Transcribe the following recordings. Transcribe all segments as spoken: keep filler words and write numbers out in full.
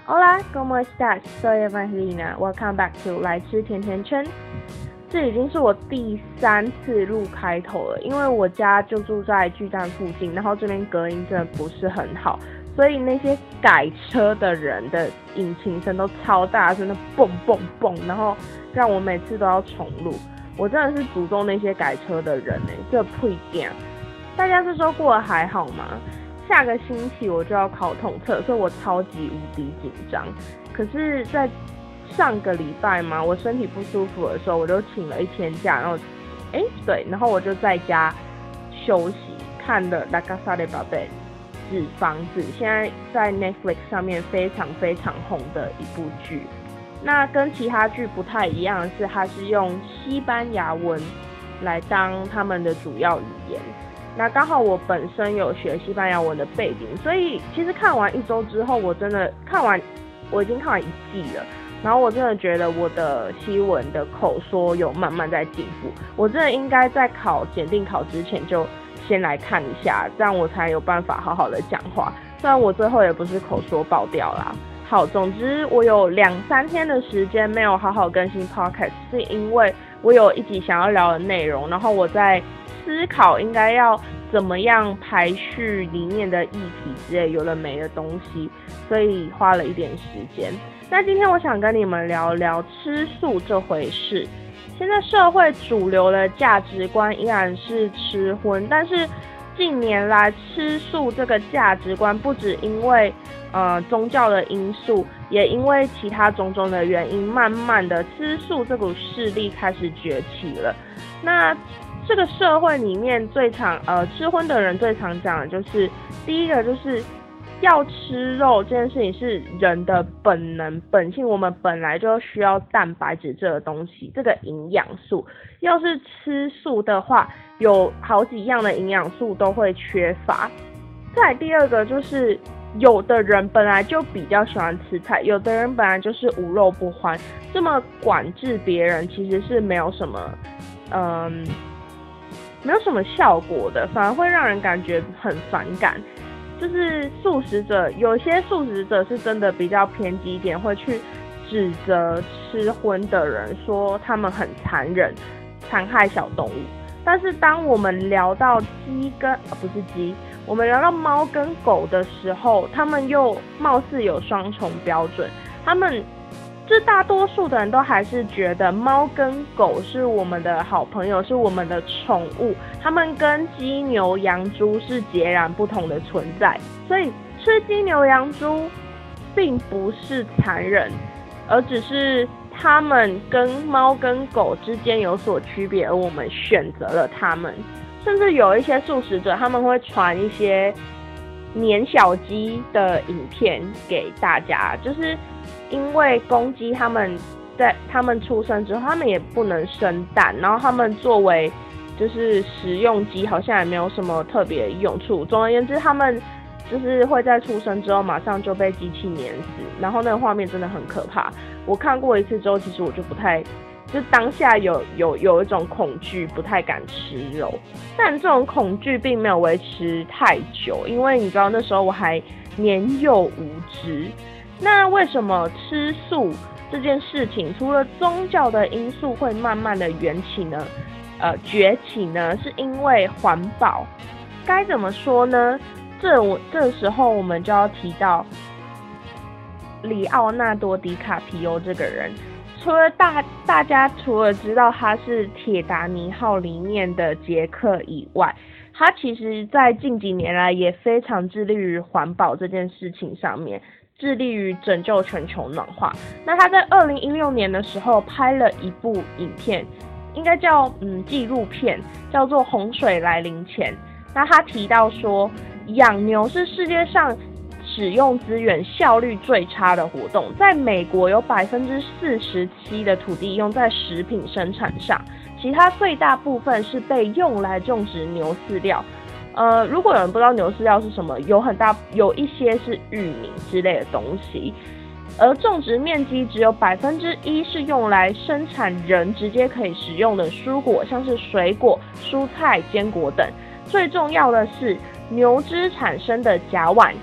Hola, ¿cómo estás? Soy Evangelina. Welcome back to 来吃甜甜圈。这已经是我第三次录开头了，因为我家就住在巨蛋附近，然后这边隔音真的不是很好，所以那些改车的人的引擎声都超大声的蹦蹦蹦，然后让我每次都要重录。我真的是诅咒那些改车的人欸，这屁点。大家这周过得还好吗？下个星期我就要考统测，所以我超级无敌紧张。可是，在上个礼拜嘛，我身体不舒服的时候，我就请了一天假，然后，哎，对，然后我就在家休息，看了《La Casa de Papel》纸房子，现在在 Netflix 上面非常非常红的一部剧。那跟其他剧不太一样的是，它是用西班牙文来当他们的主要语言。那刚好我本身有学西班牙文的背景，所以其实看完一周之后，我真的看完，我已经看完一季了。然后我真的觉得我的西文的口说有慢慢在进步，我真的应该在考检定考之前就先来看一下，这样我才有办法好好的讲话。虽然我最后也不是口说爆掉啦。好，总之我有两三天的时间没有好好更新 podcast， 是因为我有一集想要聊的内容，然后我在思考应该要怎么样排序里面的议题之类有的没的东西，所以花了一点时间。那今天我想跟你们聊聊吃素这回事。现在社会主流的价值观依然是吃荤，但是近年来吃素这个价值观不只因为呃宗教的因素，也因为其他种种的原因，慢慢的吃素这股势力开始崛起了。那这个社会里面最常呃吃荤的人最常讲的就是第一个就是要吃肉这件事情是人的本能本性，我们本来就需要蛋白质这个东西，这个营养素。要是吃素的话，有好几样的营养素都会缺乏。再来第二个就是有的人本来就比较喜欢吃菜，有的人本来就是无肉不欢，这么管制别人其实是没有什么嗯。没有什么效果的，反而会让人感觉很反感。就是素食者，有些素食者是真的比较偏激一点，会去指责吃荤的人，说他们很残忍，残害小动物。但是当我们聊到鸡跟啊不是鸡，我们聊到猫跟狗的时候，他们又貌似有双重标准。他们这大多数的人都还是觉得猫跟狗是我们的好朋友，是我们的宠物，它们跟鸡牛羊猪是截然不同的存在。所以吃鸡牛羊猪并不是残忍，而只是它们跟猫跟狗之间有所区别，而我们选择了它们。甚至有一些素食者，他们会传一些年小鸡的影片给大家，就是因为公鸡他们在他们出生之后，他们也不能生蛋，然后他们作为就是食用鸡，好像也没有什么特别用处。总而言之，他们就是会在出生之后马上就被机器碾死，然后那个画面真的很可怕。我看过一次之后，其实我就不太，就当下有有有一种恐惧，不太敢吃肉。但这种恐惧并没有维持太久，因为你知道那时候我还年幼无知。那为什么吃素这件事情，除了宗教的因素会慢慢的缘起呢？呃，崛起呢？是因为环保。该怎么说呢？这我这时候我们就要提到里奥纳多·迪卡皮欧这个人。除了大大家除了知道他是铁达尼号里面的杰克以外，他其实在近几年来也非常致力于环保这件事情上面，致力于拯救全球暖化。那他在二零一六年的时候拍了一部影片，应该叫嗯纪录片，叫做《洪水来临前》。那他提到说，养牛是世界上使用资源效率最差的活动，在美国有百分之四十七的土地用在食品生产上，其他最大部分是被用来种植牛饲料。呃，如果有人不知道牛饲料是什么，有很大有一些是玉米之类的东西，而种植面积只有百分之一是用来生产人直接可以食用的蔬果，像是水果、蔬菜、坚果等。最重要的是，牛只产生的甲烷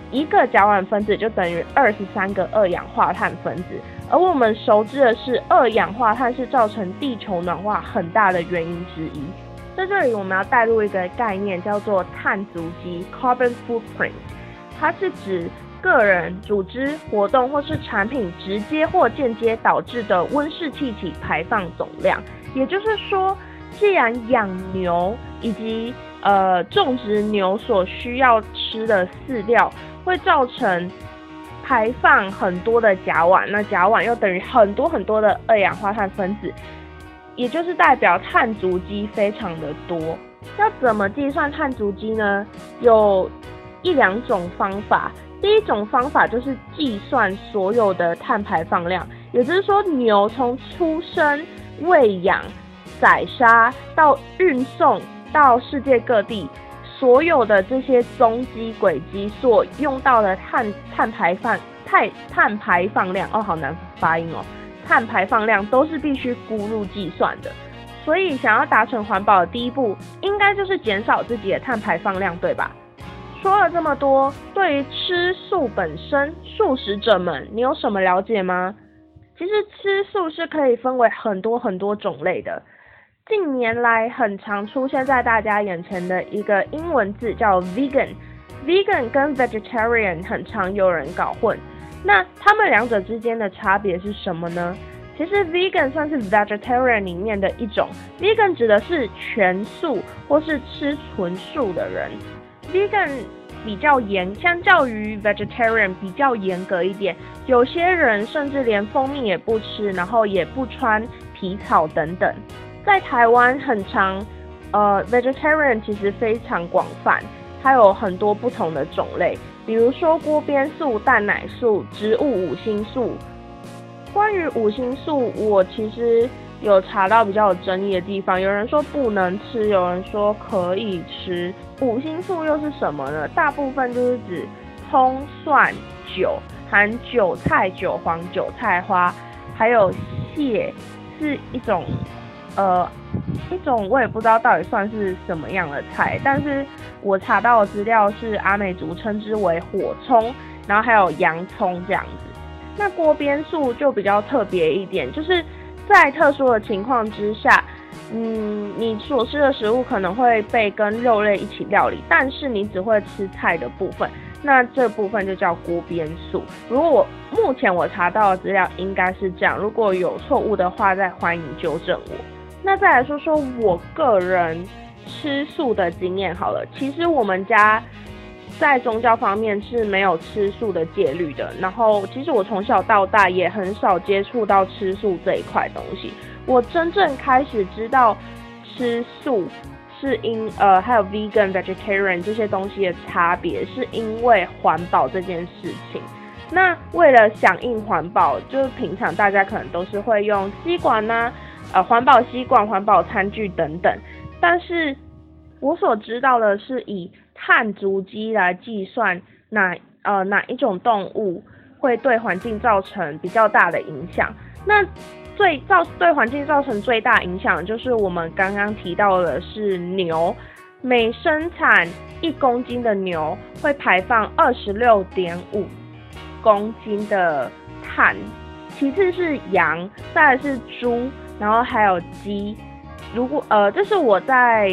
一个甲烷分子就等于二十三个二氧化碳分子，而我们熟知的是二氧化碳是造成地球暖化很大的原因之一。在这里我们要带入一个概念叫做碳足迹 （carbon footprint）， 它是指个人、组织、活动或是产品直接或间接导致的温室气体排放总量。也就是说，既然养牛以及呃种植牛所需要吃的饲料会造成排放很多的甲烷，那甲烷又等于很多很多的二氧化碳分子，也就是代表碳足迹非常的多。要怎么计算碳足迹呢？有一两种方法。第一种方法就是计算所有的碳排放量，也就是说牛从出生、喂养、宰杀到运送到世界各地，所有的这些踪迹轨迹所用到的碳碳排放碳碳排放量哦，好难发音哦，碳排放量都是必须估入计算的。所以想要达成环保的第一步，应该就是减少自己的碳排放量，对吧？说了这么多，对于吃素本身，素食者们，你有什么了解吗？其实吃素是可以分为很多很多种类的。近年来很常出现在大家眼前的一个英文字叫 vegan，vegan 跟 vegetarian 很常有人搞混。那他们两者之间的差别是什么呢？其实 vegan 算是 vegetarian 里面的一种， vegan 指的是全素或是吃纯素的人。vegan 比较严，相较于 vegetarian 比较严格一点，有些人甚至连蜂蜜也不吃，然后也不穿皮草等等。在台湾很常，呃 vegetarian 其实非常广泛，它有很多不同的种类，比如说锅边素、蛋奶素、植物五星素。关于五星素，我其实有查到比较有争议的地方，有人说不能吃，有人说可以吃。五星素又是什么呢？大部分就是指葱、蒜、韭，含韭菜、韭黄、韭菜花，还有蟹，是一种呃一种我也不知道到底算是什么样的菜，但是我查到的资料是阿美族称之为火葱，然后还有洋葱这样子。那锅边素就比较特别一点，就是在特殊的情况之下，嗯，你所吃的食物可能会被跟肉类一起料理，但是你只会吃菜的部分，那这部分就叫锅边素。如果我目前我查到的资料应该是这样，如果有错误的话，再欢迎纠正我。那再来说说我个人吃素的经验好了，其实我们家在宗教方面是没有吃素的戒律的，然后其实我从小到大也很少接触到吃素这一块东西。我真正开始知道吃素是因呃还有 vegan、vegetarian 这些东西的差别，是因为环保这件事情。那为了响应环保，就是平常大家可能都是会用吸管呐、啊、呃环保吸管、环保餐具等等，但是我所知道的是以碳足迹来计算哪呃哪一种动物会对环境造成比较大的影响。那最造对环境造成最大影响就是我们刚刚提到的是牛，每生产一公斤的牛会排放二十六点五公斤的碳，其次是羊，再来是猪，然后还有鸡。如果呃这是我在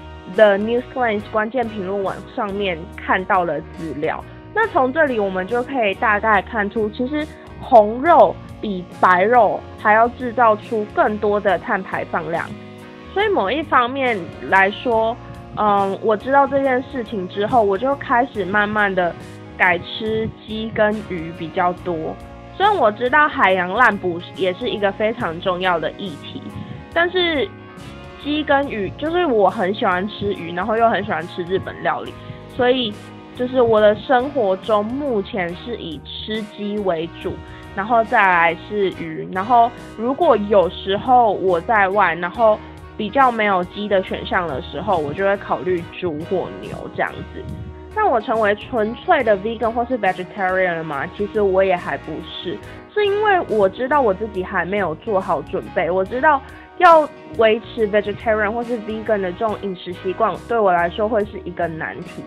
The Newslands 关键评论网上面看到的资料，那从这里我们就可以大概看出，其实红肉比白肉还要制造出更多的碳排放量。所以某一方面来说，嗯，我知道这件事情之后，我就开始慢慢的改吃鸡跟鱼比较多。虽然我知道海洋滥捕也是一个非常重要的议题，但是鸡跟鱼，就是我很喜欢吃鱼，然后又很喜欢吃日本料理，所以就是我的生活中目前是以吃鸡为主，然后再来是鱼，然后如果有时候我在外，然后比较没有鸡的选项的时候，我就会考虑猪或牛这样子。那我成为纯粹的 vegan 或是 vegetarian 了吗？其实我也还不是，是因为我知道我自己还没有做好准备，我知道要维持 vegetarian 或是 vegan 的这种饮食习惯对我来说会是一个难题，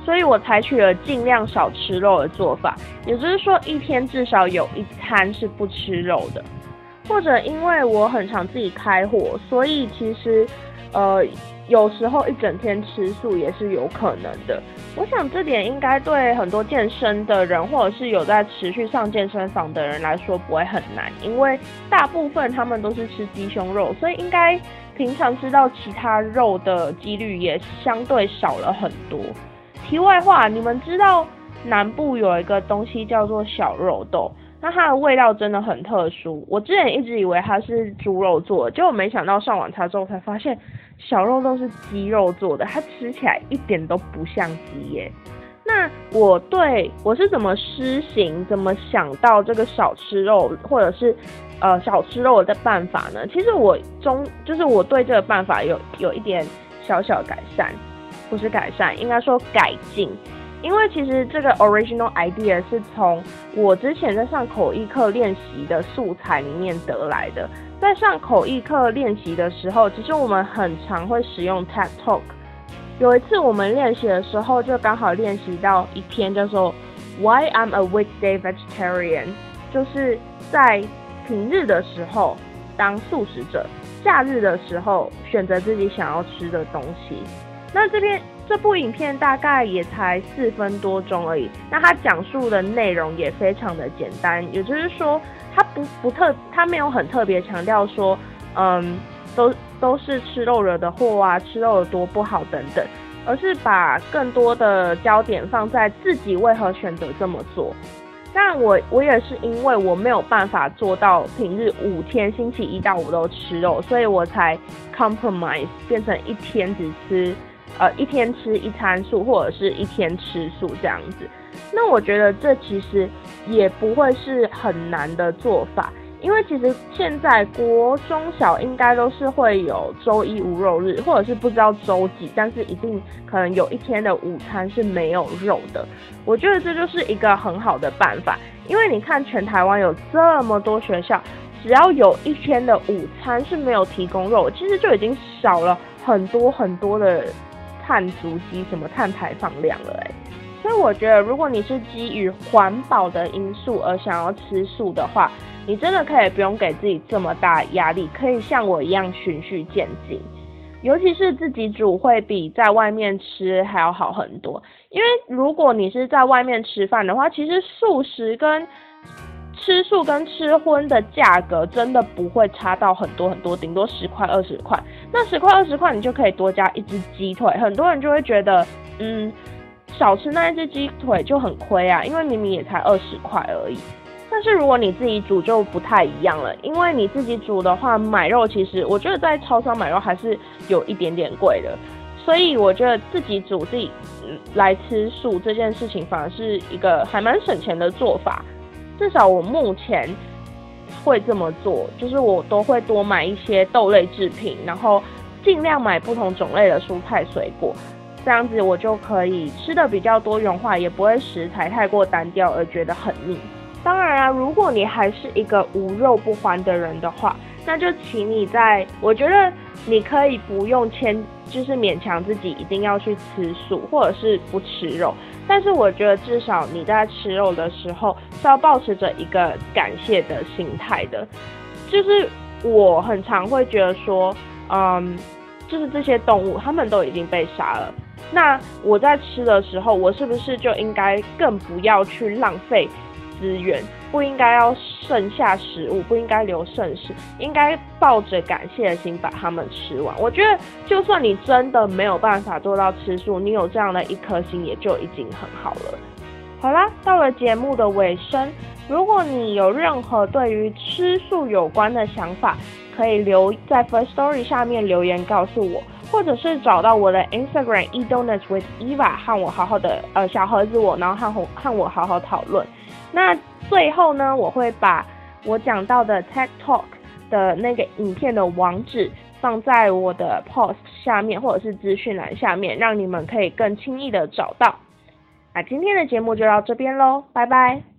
所以我采取了尽量少吃肉的做法，也就是说一天至少有一餐是不吃肉的。或者因为我很常自己开火，所以其实呃有时候一整天吃素也是有可能的。我想这点应该对很多健身的人或者是有在持续上健身房的人来说不会很难，因为大部分他们都是吃鸡胸肉，所以应该平常吃到其他肉的几率也相对少了很多。题外话，你们知道南部有一个东西叫做小肉豆，那它的味道真的很特殊，我之前一直以为它是猪肉做的，结果没想到上网查之后才发现小肉豆是鸡肉做的，它吃起来一点都不像鸡耶。那我对我是怎么施行，怎么想到这个少吃肉或者是呃少吃肉的办法呢？其实我中就是我对这个办法有有一点小小改善，不是改善，应该说改进。因为其实这个 original idea 是从我之前在上口译课练习的素材里面得来的。在上口译课练习的时候，其实我们很常会使用 TED Talk。有一次我们练习的时候，就刚好练习到一篇叫做 Why I'm a Weekday Vegetarian， 就是在平日的时候当素食者，假日的时候选择自己想要吃的东西。那这边这部影片大概也才四分多钟而已，那它讲述的内容也非常的简单，也就是说，它不不特，它没有很特别强调说，嗯，都都是吃肉惹的祸啊，吃肉有多不好等等，而是把更多的焦点放在自己为何选择这么做。但我我也是因为我没有办法做到平日五天星期一到五都吃肉，所以我才 compromise 变成一天只吃。呃，一天吃一餐素，或者是一天吃素这样子。那我觉得这其实也不会是很难的做法，因为其实现在国中小应该都是会有周一无肉日，或者是不知道周几，但是一定可能有一天的午餐是没有肉的。我觉得这就是一个很好的办法，因为你看全台湾有这么多学校，只要有一天的午餐是没有提供肉，其实就已经少了很多很多的碳足迹什么碳排放量了欸。所以我觉得如果你是基于环保的因素而想要吃素的话，你真的可以不用给自己这么大压力，可以像我一样循序渐进。尤其是自己煮会比在外面吃还要好很多，因为如果你是在外面吃饭的话，其实素食跟吃素跟吃荤的价格真的不会差到很多很多，顶多十块二十块。那十块二十块你就可以多加一只鸡腿，很多人就会觉得，嗯，少吃那一只鸡腿就很亏啊，因为明明也才二十块而已。但是如果你自己煮就不太一样了，因为你自己煮的话，买肉其实我觉得在超商买肉还是有一点点贵的，所以我觉得自己煮自己来吃素这件事情反而是一个还蛮省钱的做法。至少我目前会这么做，就是我都会多买一些豆类制品，然后尽量买不同种类的蔬菜水果，这样子我就可以吃的比较多元化，也不会食材太过单调而觉得很腻。当然啊，如果你还是一个无肉不欢的人的话，那就请你在，我觉得你可以不用牵，就是勉强自己一定要去吃素，或者是不吃肉。但是我觉得至少你在吃肉的时候是要抱持着一个感谢的心态的。就是我很常会觉得说，嗯，就是这些动物它们都已经被杀了，那我在吃的时候，我是不是就应该更不要去浪费资源，不应该要剩下食物，不应该留剩食，应该抱着感谢的心把它们吃完。我觉得就算你真的没有办法做到吃素，你有这样的一颗心也就已经很好了。好啦，到了节目的尾声，如果你有任何对于吃素有关的想法，可以留在 First Story 下面留言告诉我，或者是找到我的 Instagram Eat Donuts with Eva 和我好好的呃小盒子我，然后和我和我好好讨论。那最后呢，我会把我讲到的 TED Talk 的那个影片的网址放在我的 post 下面或者是资讯栏下面，让你们可以更轻易的找到。那今天的节目就到这边咯，拜拜。